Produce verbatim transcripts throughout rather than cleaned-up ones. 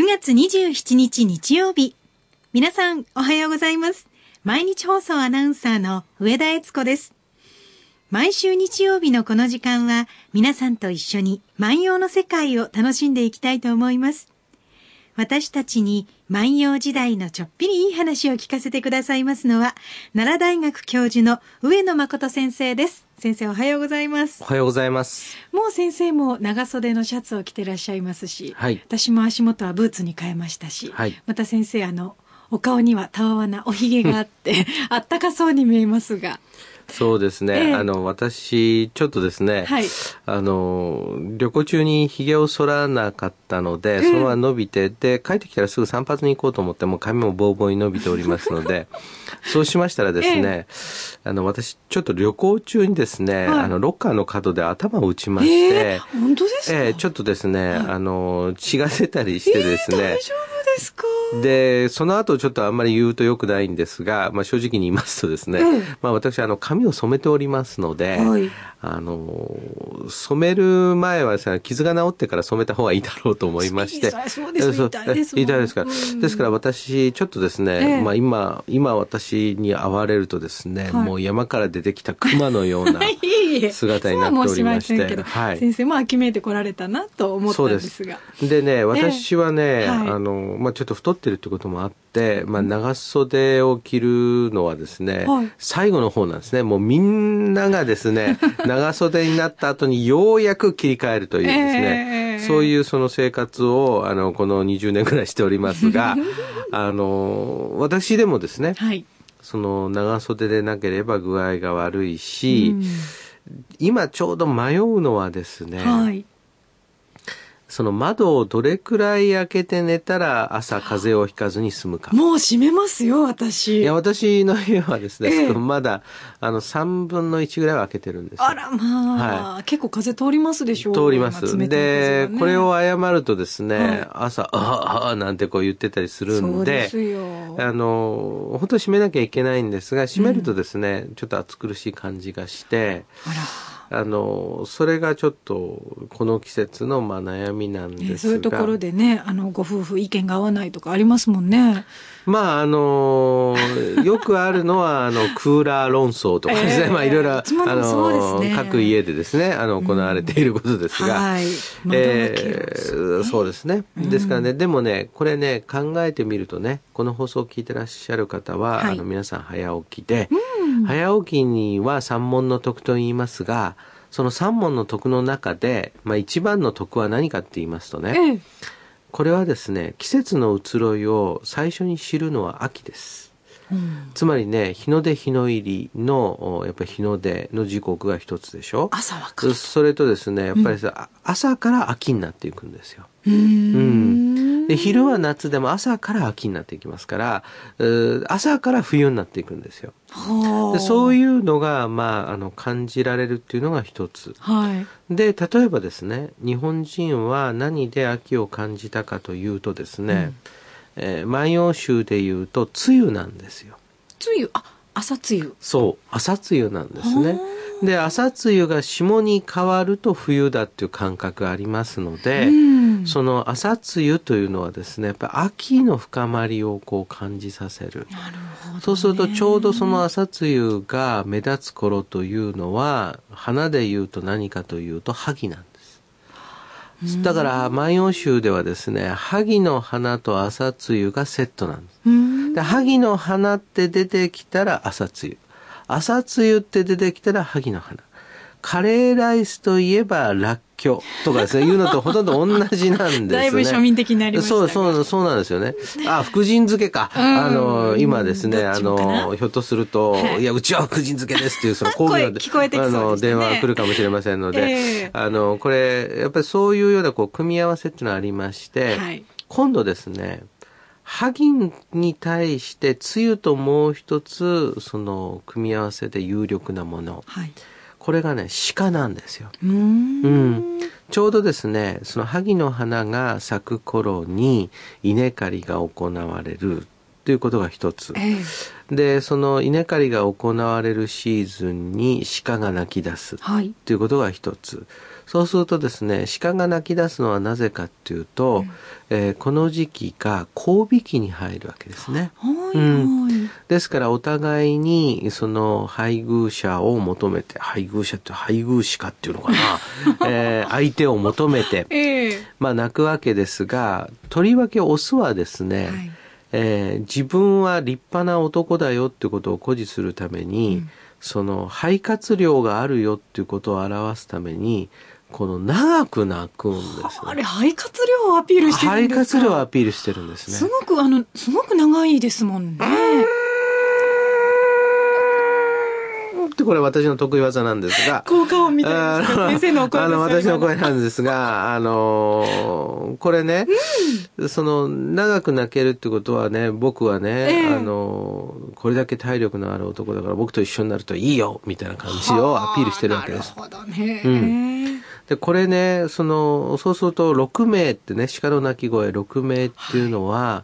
がつにじゅうしちにち日曜日。皆さんおはようございます。毎日放送アナウンサーの上田悦子です。毎週日曜日のこの時間は皆さんと一緒に万葉の世界を楽しんでいきたいと思います。私たちに万葉時代のちょっぴりいい話を聞かせてくださいますのは奈良大学教授の上野誠先生です。先生おはようございます。 おはようございます。 もう先生も長袖のシャツを着てらっしゃいますし、 はい、 私も足元はブーツに変えましたし、 はい、 また先生あのお顔にはたわわなおひげがあってあったかそうに見えますが。 そうですね、ええ、あの私ちょっとですね、はい、あの旅行中にひげを剃らなかったので、ええ、そのまま伸びて、で帰ってきたらすぐ散髪に行こうと思っても髪もボーボーに伸びておりますのでそうしましたらですね、ええ、あの私ちょっと旅行中にですね、はい、あのロッカーの角で頭を打ちまして、 えー、本当ですか、 ええ、ちょっとですね、はい、あの血が出たりしてですね、 えー、大丈夫ですか。 でその後ちょっとあんまり言うと良くないんですが、まあ、正直に言いますとですね、ええ、まあ、私あの髪を染めておりますので、はい、あの染める前はですね、傷が治ってから染めた方がいいだろうと思いまして、 そうですね、痛いですもん。 痛いですから、うん、ですから私ちょっとですね、ええ、まあ、今今私に会われるとですね、はい、もう山から出てきた熊のような姿になっておりまして、 はい、先生も秋めいてこられたなと思ったんですが、 そうです。でね、私はね、ええ、はい、あのまあ、ちょっと太ってるってこともあって、まあ、長袖を着るのはですね、はい、最後の方なんですね。もうみんながですね長袖になった後にようやく切り替えるというですね、えー、そういうその生活をあのこのにじゅうねんぐらいしておりますがあの私でもですね、はい、その長袖でなければ具合が悪いし、うん、今ちょうど迷うのはですね、はい、その窓をどれくらい開けて寝たら朝風邪をひかずに済むか。 もう閉めますよ私。 いや私の家はですね、ええ、まだあのさんぶんのいちぐらいは開けてるんですよ。 あらまあ、はい、結構風通りますでしょう。 通ります、ね、でこれを誤るとですね、はい、朝ああなんてこう言ってたりするんで、 そうですよ、 あの本当は閉めなきゃいけないんですが、閉めるとですね、うん、ちょっと暑苦しい感じがして、あらあのそれがちょっとこの季節のまあ悩みなんですが、えー、 そういうところでね、あのご夫婦意見が合わないとかありますもんね。 まああのよくあるのはあのクーラー論争とかですね、えー、まあいろいろあの、ね、各家でですねあの行われていることですが、うん、はい、えー、そうですね、うん、ですからね、でもねこれね考えてみるとね、この放送を聞いてらっしゃる方は、はい、あの皆さん早起きで、うん、早起きには三問の徳と言いますが、その三問の徳の中で、まあ、一番の徳は何かって言いますとね、ええ、これはですね、季節の移ろいを最初に知るのは秋です、うん、つまりね、日の出日の入りのやっぱり日の出の時刻が一つでしょ。 朝は来る。 それとですね、やっぱりさ、うん、朝から秋になっていくんですよ。うーん、うんで昼は夏でも朝から秋になっていきますから、朝から冬になっていくんですよ。でそういうのが、まあ、あの感じられるっていうのが一つ、はい、で例えばですね、日本人は何で秋を感じたかというとですね、うん、えー、万葉集でいうと梅雨なんですよ。 梅雨、あ、朝梅雨。 そう、朝梅雨なんですね。で朝梅雨が霜に変わると冬だっていう感覚がありますので、うん、その朝梅雨というのはですね、やっぱり秋の深まりをこう感じさせる。 なるほどね。 そうするとちょうどその朝梅雨が目立つ頃というのは、花でいうと何かというと萩なんです。だから万葉集ではですね、萩の花と朝梅雨がセットなんです。うん、で萩の花って出てきたら朝梅雨、朝梅雨って出てきたら萩の花。カレーライスといえばらっきょうとかですね、いうのとほとんど同じなんですね。 だいぶ庶民的になりましたが。 そうそうそうなんですよね。あ、福神漬けか。あの今ですね、あのひょっとすると、はい、いやうちは福神漬けですっていうその講義の聞こえてきそうでしたね、あの電話が来るかもしれませんので、えー、あのこれやっぱりそういうようなこう組み合わせっていうのがありまして、はい、今度ですね、萩に対して梅雨ともう一つその組み合わせで有力なもの、はい、これがね鹿なんですよ。うーん、うん、ちょうどですね、その萩の花が咲く頃に稲刈りが行われるっということが一つ。 えー、で、その稲刈りが行われるシーズンに鹿が鳴き出すということが一つ。はい、そうするとですね、鹿が鳴き出すのはなぜかっていうと、うん、えー、この時期が交尾期に入るわけですね。 はいはい、うん、 ですからお互いにその配偶者を求めて、配偶者って配偶鹿っていうのかな、えー、相手を求めて、えー、まあ鳴くわけですが、とりわけオスはですね、はい、えー、自分は立派な男だよってことを誇示するために、うん、その肺活量があるよっていうことを表すために、この長く鳴くんです、ね。 あれ肺活量をアピールしてるんですか？ 肺活量をアピールしてるんですね。 すごくあのすごく長いですもんね。 ってこれ私の得意技なんですが、 効果音みたいな先生のお声です。 あの私の声なんですが、あのこれね、うん、その長く泣けるってことはね、僕はね、えー、あのこれだけ体力のある男だから僕と一緒になるといいよみたいな感じをアピールしてるわけです。 なるほどね。 うん、でこれね、そのそうすると鹿鳴ってね、鹿の鳴き声鹿鳴っていうのは。はい、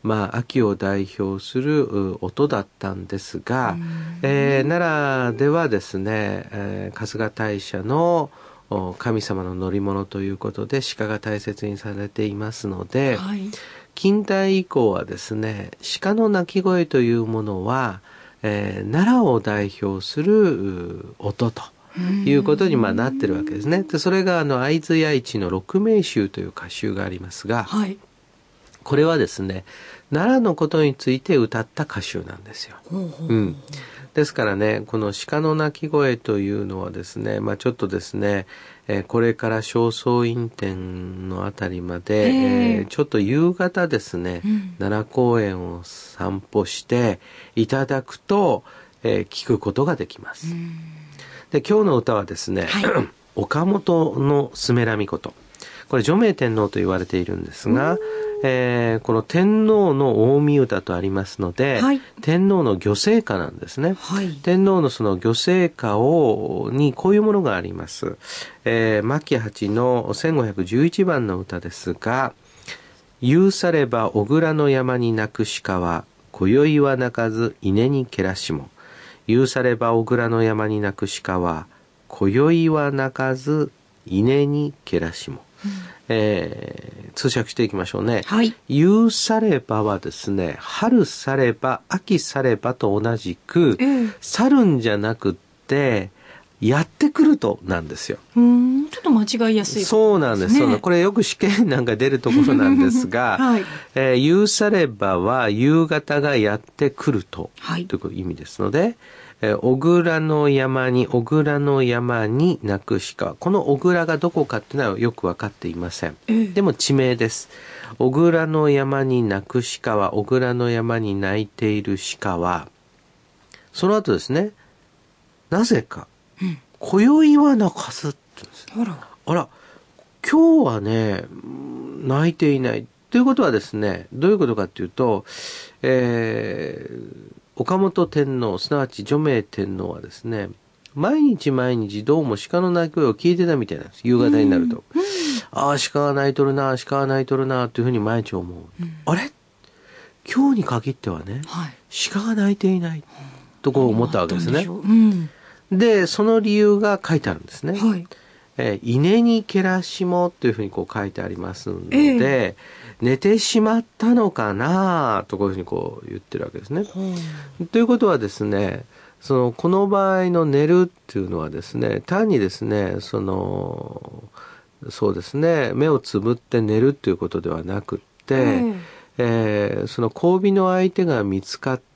まあ、秋を代表する音だったんですが、えー、奈良ではですね、えー、春日大社の神様の乗り物ということで鹿が大切にされていますので、はい、近代以降はですね、鹿の鳴き声というものは、えー、奈良を代表する音ということにまあなってるわけですね。でそれがあの会津八市の鹿鳴集という歌集がありますが、はい、これはですね、奈良のことについて歌った歌集なんですよ。ほうほうほう、うん、ですからね、この鹿の鳴き声というのはですね、まあちょっとですね、えー、これから正倉院展のあたりまで、えーえー、ちょっと夕方ですね、うん、奈良公園を散歩していただくと、えー、聞くことができます。で、今日の歌はですね、はい、岡本のすめらみこと。これ除名天皇と言われているんですが、えー、この天皇の大御歌とありますので、はい、天皇の御成歌なんですね。はい、天皇のその御成歌をにこういうものがあります。えー、牧八のせんごひゃくじゅういちばんの歌ですが、言うされば小倉の山に鳴く鹿は、今宵は鳴かず稲にけらしも。言うされば小倉の山に鳴く鹿は、今宵は鳴かず稲にけらしも。うん、えー、通訳していきましょうね。はい。言うさればはですね、春されば秋さればと同じく、えー、去るんじゃなくってやってくるとなんですよ。 うーん、ちょっと間違いやすい、ね、 そうなんです。そうこれよく試験なんか出るところなんですが、はい、えー、言うさればは夕方がやってくると、はい、という意味ですので、小倉の山に小倉の山に鳴く鹿、この小倉がどこかっていうのはよく分かっていません。ええ、でも地名です。小倉の山に鳴く鹿は、小倉の山に鳴いている鹿は、その後ですね、なぜか、うん、今宵は鳴かずって言うんです。あら、あら、今日はね鳴いていないということはですね、どういうことかっていうと、えー岡本天皇、すなわち除名天皇はですね、毎日毎日どうも鹿の鳴き声を聞いてたみたいなんです。夕方になると。うん、ああ、鹿が鳴いとるな、鹿が鳴いとるな、というふうに毎日思う。うん、あれ今日に限ってはね、はい、鹿が鳴いていない、とこう思ったわけですね。うん、で、その理由が書いてあるんですね。はい、えー、稲にけらしもというふうにこう書いてありますので、えー寝てしまったのかなとこういうふうにこう言ってるわけですね。うん、ということはですね、そのこの場合の寝るっていうのはですね、単にですね、そのそうですね、目をつぶって寝るっていうことではなくって、うんえー、その交尾の相手が見つかって、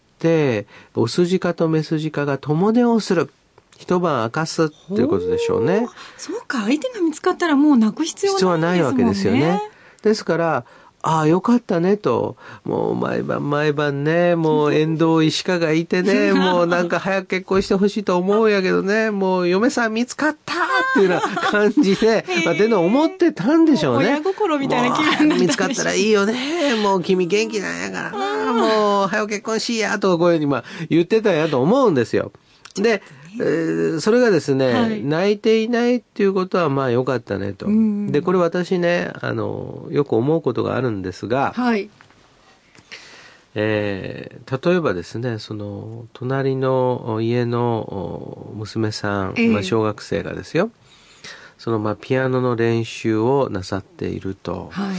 オス鹿とメス鹿が共寝をする。一晩明かすっていうことでしょうね。 そうか、相手が見つかったらもう泣く必要はないですもんね。必要はないわけですよね。 ですから、ああ、よかったねと。もう毎晩毎晩ね、もう縁遠い鹿がいてね、もうなんか早く結婚してほしいと思うんやけどね、もう嫁さん見つかったっていうような感じで、まあ、での思ってたんでしょうね。 親心みたいな気分だった見つかったらいいよね。もう君元気なんやからな。もう早く結婚しいやとこういうふうにまあ言ってたんやと思うんですよ。で、えー、それがですね、はい、泣いていないっていうことはまあ良かったねと。で、これ私ね、あの、よく思うことがあるんですが、はい、 えー、例えばですね、その隣の家の娘さん、えーまあ、小学生がですよ、そのまあピアノの練習をなさっていると、はい、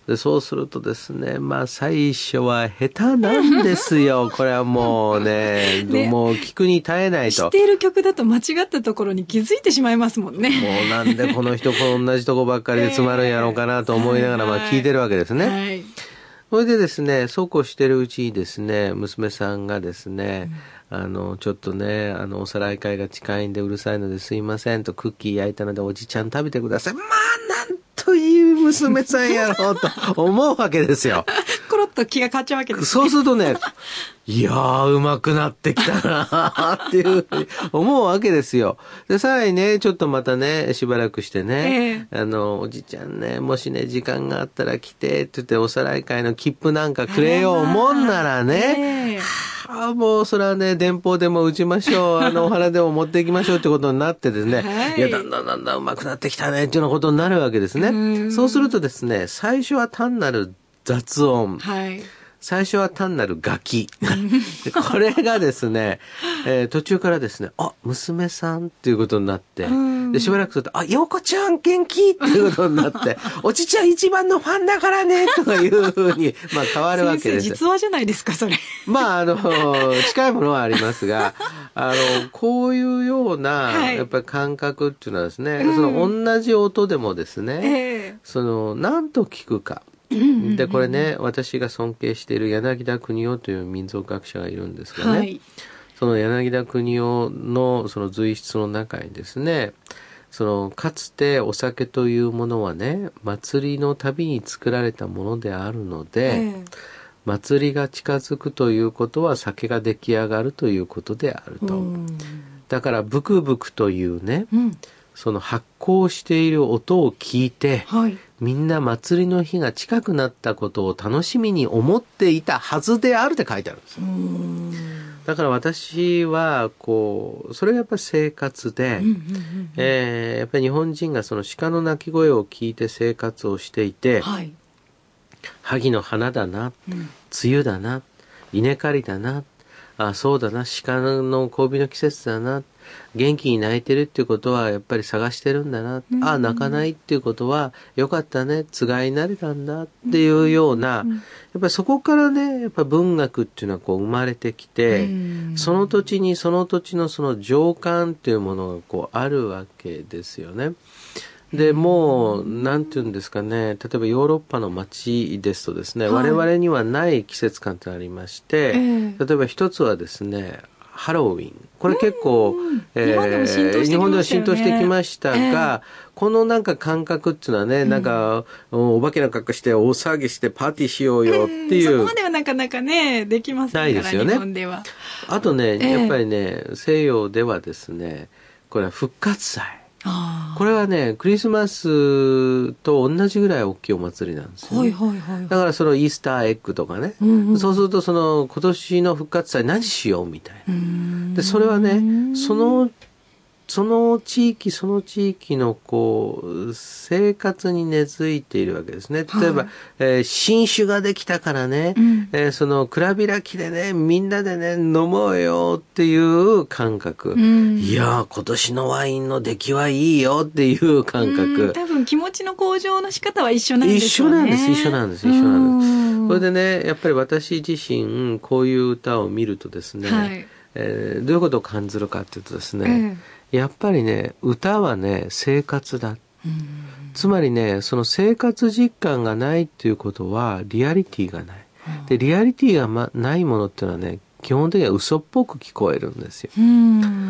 でそうするとですね、まあ最初は下手なんですよ。これはもうね、ね、もう聞くに耐えないと。 知っている曲だと間違ったところに気づいてしまいますもんね。 もうなんでこの人この同じとこばっかりでつまるんやろうかなと思いながらまあ聞いてるわけですね。はいはい、それでですね、そうこうしてるうちにですね、娘さんがですね、うん、あの、ちょっとね、あの、おさらい会が近いんでうるさいのですいませんと、クッキー焼いたのでおじちゃん食べてください。まあ、なんという娘さんやろうと思うわけですよ。 コロッと気が変わっちゃうわけですね。 そうするとね、いやー、うまくなってきたなっていうふうに思うわけですよ。で、さらにね、ちょっとまたね、しばらくしてね、えー、あの、おじちゃんね、もしね、時間があったら来て、って言って、おさらい会の切符なんかくれようもんならね、えーああ、もう、それはね、電報でも打ちましょう、あの、お花でも持っていきましょうってことになってですね、はい、いや、だんだんだんだん上手くなってきたね、っていうようなことになるわけですね。うそうするとですね、最初は単なる雑音。はい最初は単なるガキ。これがですね、えー、途中からですね、あ、娘さんっていうことになって、でしばらくすると、あ、陽子ちゃん元気っていうことになって、おじちゃん一番のファンだからね、とかいうふうに、まあ変わるわけです。 実話じゃないですか、それ。 まあ、あの、近いものはありますが、あの、こういうような、やっぱり感覚っていうのはですね、はい、その同じ音でもですね、えー、その、何と聞くか。でこれね私が尊敬している柳田国男という民族学者がいるんですがね、はい、その柳田国男のその随筆の中にですねそのかつてお酒というものはね祭りのたびに作られたものであるので、えー、祭りが近づくということは酒が出来上がるということであると。だからブクブクというね、うんその発酵している音を聞いて、はい、みんな祭りの日が近くなったことを楽しみに思っていたはずであるって書いてあるんですよ。だから私はこうそれがやっぱり生活で、えー、やっぱり日本人がその鹿の鳴き声を聞いて生活をしていて、はい、萩の花だな、うん、梅雨だな、稲刈りだな、あそうだな鹿の交尾の季節だな。元気に泣いてるっていうことはやっぱり探してるんだな、うん、ああ泣かないっていうことはよかったねつがいになれたんだっていうような、うん、やっぱりそこからねやっぱ文学っていうのはこう生まれてきて、うん、その土地にその土地のその情感っていうものがこうあるわけですよね。でもうなんていうんですかね例えばヨーロッパの街ですとですね、はい、我々にはない季節感ってありまして、えー、例えば一つはですねハロウィンこれ結構、えー、日本では浸透してきましたが、えー、このなんか感覚っていうのはね、うん、なんかお化けの格好して大騒ぎしてパーティーしようよっていう、 うん、そこまではなかなかねできませんからないですよね。 日本では。 あとね、えー、やっぱりね西洋ではですねこれは復活祭これはねクリスマスと同じぐらい大きいお祭りなんですよね、はいはいはいはい、だからそのイースターエッグとかね、うんうん、そうするとその今年の復活祭何しようみたいなでそれはねそのその地域その地域のこう生活に根付いているわけですね。例えば、はいえー、新酒ができたからね、うんえー、その蔵開きでねみんなでね飲もうよっていう感覚、うん、いや今年のワインの出来はいいよっていう感覚、 多分気持ちの向上の仕方は一緒なんですよね。 一緒なんです一緒なんです一緒なんです。それでねやっぱり私自身こういう歌を見るとですね、はいえー、どういうことを感じるかっていうとですね、えーやっぱりね歌はね生活だ、うん、つまりねその生活実感がないっていうことはリアリティがない、うん、でリアリティが、ま、ないものっていうのはね基本的には嘘っぽく聞こえるんですよ、うん、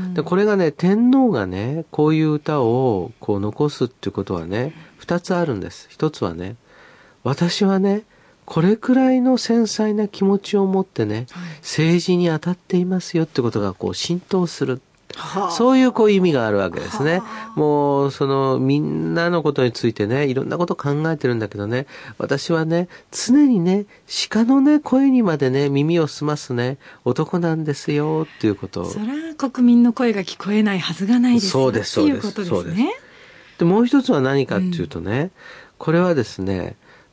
でこれがね天皇がねこういう歌をこう残すっていうことはね二つあるんです。一つはね私はねこれくらいの繊細な気持ちを持ってね、はい、政治に当たっていますよってことがこう浸透するはあ、そういうこう意味があるわけですね、はあ、もうそのみんなのことについてねいろんなこと考えてるんだけどね私はね常にね鹿のね声にまでね耳を澄ますね男なんですよっていうことをそりゃ国民の声が聞こえないはずがないですよそうですそうですっていうことですね。 でもう一つは何かっていうとね、うん、これはですね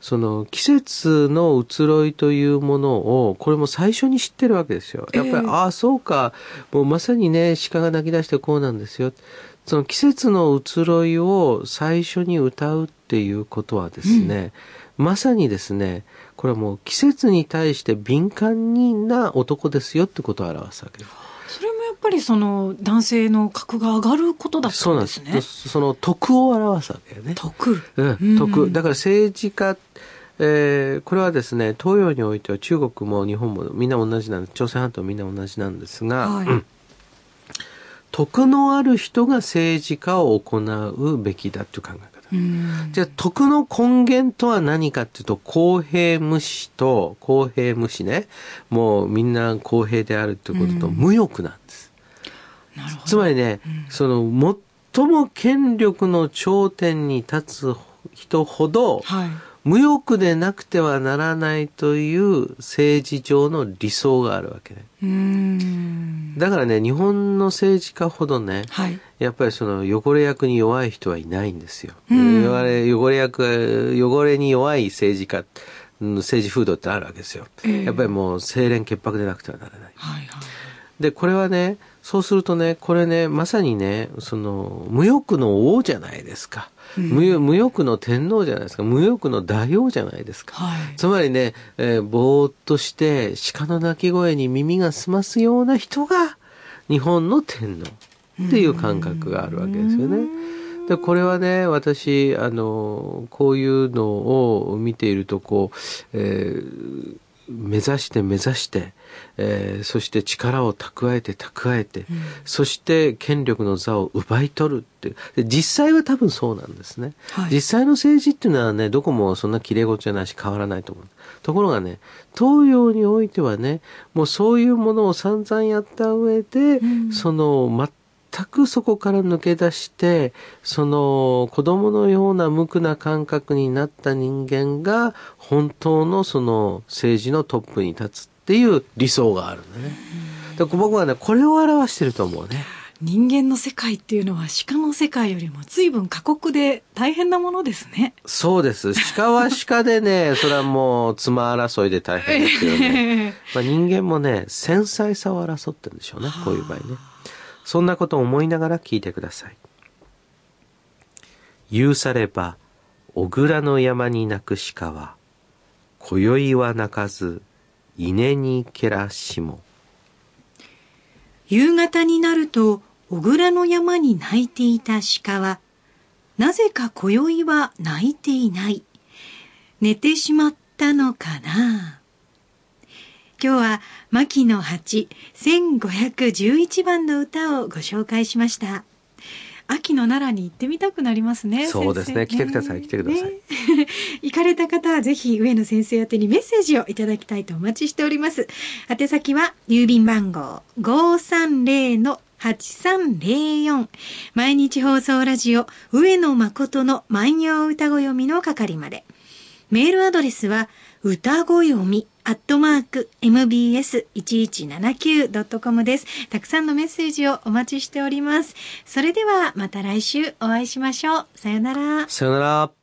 その季節の移ろいというものを、これも最初に知ってるわけですよ。やっぱり、えー、ああ、そうか、もうまさにね、鹿が鳴き出してこうなんですよ。その季節の移ろいを最初に歌うっていうことはですね、うん、まさにですね、これはもう季節に対して敏感な男ですよってことを表すわけです。 それもやっぱりその男性の格が上がることだったんですね。そうなんです。 その徳を表すわけよね。 徳。 うん、徳。だから政治家、えー、これはですね、東洋においては中国も日本もみんな同じなんです。朝鮮半島みんな同じなんですが、はい、うん、徳のある人が政治家を行うべきだという考え方。じゃあ徳の根源とは何かっていうと、公平無私と、公平無私ね、もうみんな公平であるということと、無欲なんです。なるほど。つまりね、うん、その最も権力の頂点に立つ人ほど、はい、無欲でなくてはならないという政治上の理想があるわけね。うーん、だからね、日本の政治家ほどね、はい、やっぱりその汚れ役に弱い人はいないんですよ。汚れ、汚れ役、汚れに弱い政治家、政治風土ってあるわけですよ。えー、やっぱりもう清廉潔白でなくてはならない。はいはい、で、これはね、そうするとね、これね、まさにね、その、無欲の王じゃないですか。うん、無, 無欲の天皇じゃないですか。無欲の大王じゃないですか。はい、つまりね、えー、ぼーっとして鹿の鳴き声に耳が澄ますような人が日本の天皇っていう感覚があるわけですよね。で、これはね、私、あの、こういうのを見ていると、こう、えー目指して目指して、えー、そして力を蓄えて蓄えて、うん、そして権力の座を奪い取るっていう。で、実際は多分そうなんですね、はい。実際の政治っていうのはね、どこもそんな綺麗事じゃないし変わらないと思う。ところがね、東洋においてはね、もうそういうものを散々やった上で、うん、その全くそこから抜け出して、その子供のような無垢な感覚になった人間が本当のその政治のトップに立つっていう理想があるんだね。だから僕はね、これを表してると思うね。 人間の世界っていうのは鹿の世界よりも随分過酷で大変なものですね。 そうです。鹿は鹿でね、それはもう妻争いで大変ですけどね。まあ人間もね、繊細さを争ってるんでしょうね、こういう場合ね。そんなことを思いながら聞いてください。言うされば、小倉の山に鳴く鹿は、今宵は鳴かず、稲にけらしも。 夕方になると、小倉の山に鳴いていた鹿は、なぜか今宵は鳴いていない。寝てしまったのかな。今日は牧野八せんごひゃくじゅういちばんの歌をご紹介しました。秋の奈良に行ってみたくなりますね。 そうですね。ね、来てください、来てください。ね、 行かれた方はぜひ上野先生宛てにメッセージをいただきたいとお待ちしております。宛先は郵便番号 ごーさんぜろのはちさんぜろよん 毎日放送ラジオ上野誠の万葉歌ご読みの係まで。メールアドレスは歌ご読みアットマーク エムビーエスいちいちななきゅうドットコム です。たくさんのメッセージをお待ちしております。それではまた来週お会いしましょう。さよなら。 さよなら。